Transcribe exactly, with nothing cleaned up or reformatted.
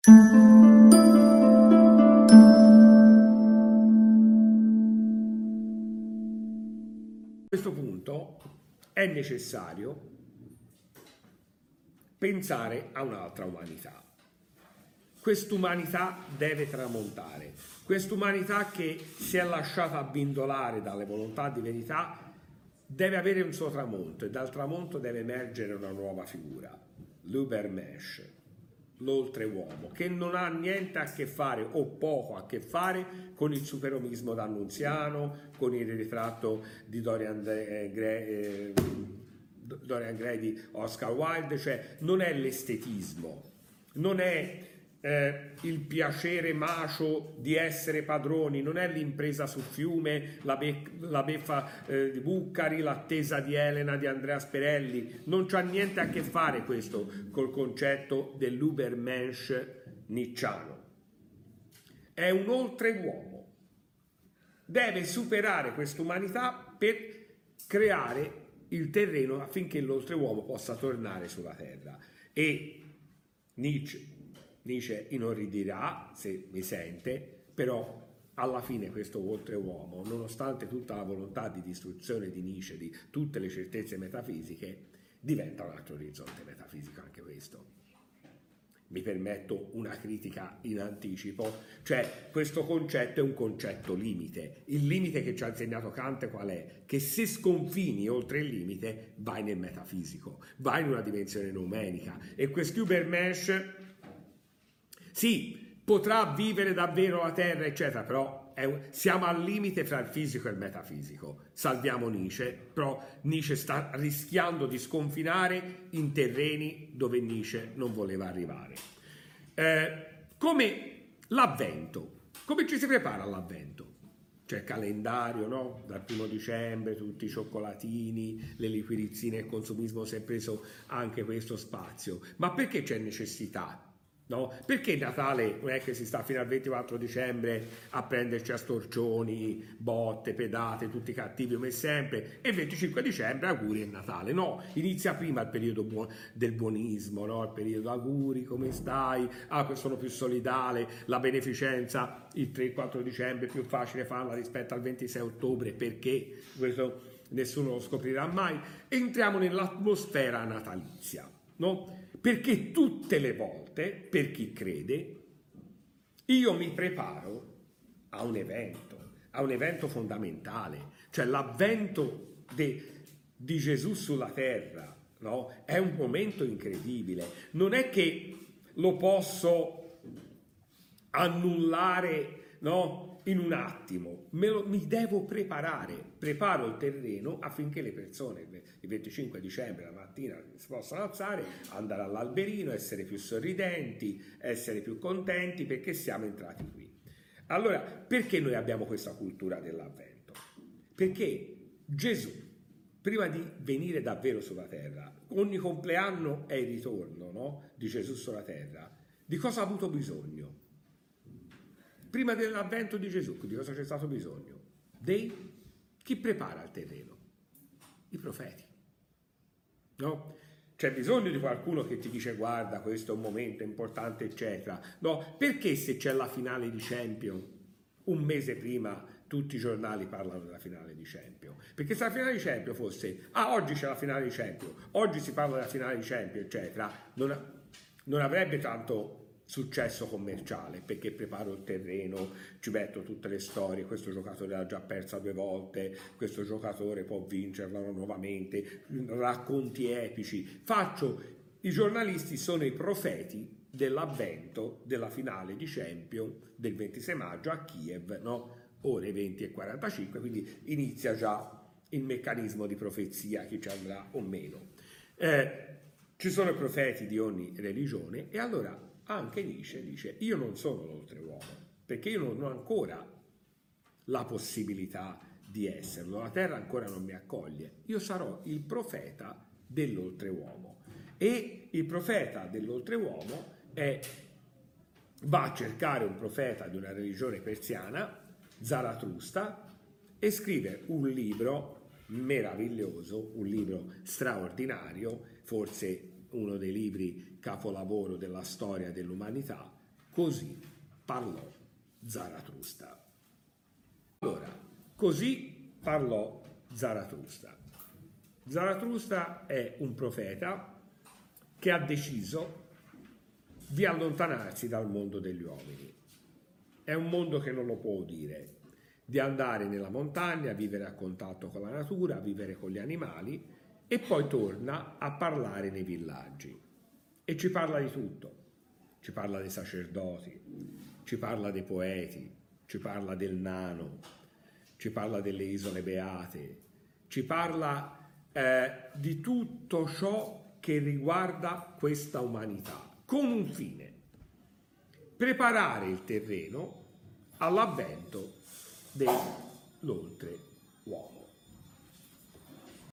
A questo punto è necessario pensare a un'altra umanità. Quest'umanità deve tramontare, quest'umanità che si è lasciata abbindolare dalle volontà di verità deve avere un suo tramonto e dal tramonto deve emergere una nuova figura, l'Ubermensch, l'oltreuomo, che non ha niente a che fare o poco a che fare con il superomismo d'Annunziano, con il ritratto di Dorian Gray, eh, Dorian Gray di Oscar Wilde, cioè non è l'estetismo, non è eh, il piacere macio di essere padroni, non è l'impresa sul fiume, la, be la beffa eh, di Bucari, l'attesa di Elena di Andrea Sperelli, non c'ha niente a che fare questo col concetto dell'Ubermensch nicciano. È un oltreuomo, deve superare quest'umanità per creare il terreno affinché l'oltreuomo possa tornare sulla terra. E Nietzsche, Nietzsche inorridirà se mi sente, però alla fine questo oltreuomo, nonostante tutta la volontà di distruzione di Nietzsche, di tutte le certezze metafisiche, diventa un altro orizzonte metafisico anche questo. Mi permetto una critica in anticipo, cioè questo concetto è un concetto limite. Il limite che ci ha insegnato Kant qual è? Che se sconfini oltre il limite vai nel metafisico, vai in una dimensione numenica e quest'Ubermensch sì, potrà vivere davvero la Terra eccetera, però è un, siamo al limite fra il fisico e il metafisico. Salviamo Nietzsche, però Nietzsche sta rischiando di sconfinare in terreni dove Nietzsche non voleva arrivare. Eh, come l'avvento, come ci si prepara all'avvento? C'è il calendario, no? Dal primo dicembre, tutti i cioccolatini, le liquidizzine, il consumismo si è preso anche questo spazio. Ma perché c'è necessità? No? Perché Natale non è che si sta fino al ventiquattro dicembre a prenderci a storcioni, botte, pedate, tutti cattivi come sempre, e il venticinque dicembre auguri e Natale? No, inizia prima il periodo buon, del buonismo, no? Il periodo auguri, come stai? Ah, sono più solidale, la beneficenza il tre quattro dicembre è più facile farla rispetto al ventisei ottobre, perché questo nessuno lo scoprirà mai. Entriamo nell'atmosfera natalizia, no? Perché tutte le volte, per chi crede, io mi preparo a un evento, a un evento fondamentale, cioè l'avvento di Gesù sulla terra, no? È un momento incredibile. Non è che lo posso annullare, no? In un attimo, me lo, mi devo preparare, preparo il terreno affinché le persone il venticinque dicembre la mattina si possano alzare, andare all'alberino, essere più sorridenti, essere più contenti perché siamo entrati qui. Allora, perché noi abbiamo questa cultura dell'avvento? Perché Gesù, prima di venire davvero sulla terra, ogni compleanno è il ritorno, no? Di Gesù sulla terra, di cosa ha avuto bisogno? Prima dell'avvento di Gesù, di cosa c'è stato bisogno? Dei chi prepara il terreno? I profeti. No? C'è bisogno di qualcuno che ti dice guarda, questo è un momento importante, eccetera. No? Perché se c'è la finale di Champions, un mese prima tutti i giornali parlano della finale di Champions? Perché se la finale di Champions fosse, ah, oggi c'è la finale di Champions, oggi si parla della finale di Champions, eccetera, non, non avrebbe tanto successo commerciale, perché preparo il terreno, ci metto tutte le storie, questo giocatore l'ha già persa due volte, questo giocatore può vincerla nuovamente, racconti epici, faccio, i giornalisti sono i profeti dell'avvento della finale di Champions del ventisei maggio a Kiev, no? Ore venti e quarantacinque, quindi inizia già il meccanismo di profezia, chi ci andrà o meno. Eh, ci sono i profeti di ogni religione e allora anche Nietzsche dice io non sono l'oltreuomo perché io non ho ancora la possibilità di esserlo, la terra ancora non mi accoglie, io sarò il profeta dell'oltreuomo e il profeta dell'oltreuomo è, va a cercare un profeta di una religione persiana, Zarathustra, e scrive un libro meraviglioso, un libro straordinario, forse uno dei libri capolavoro della storia dell'umanità, Così parlò Zarathustra. Allora, così parlò Zarathustra. Zarathustra è un profeta che ha deciso di allontanarsi dal mondo degli uomini. È un mondo che non lo può udire, di andare nella montagna, vivere a contatto con la natura, vivere con gli animali, e poi torna a parlare nei villaggi. E ci parla di tutto. Ci parla dei sacerdoti, ci parla dei poeti, ci parla del nano, ci parla delle isole beate, ci parla eh, di tutto ciò che riguarda questa umanità, con un fine: preparare il terreno all'avvento dell'oltre-uomo.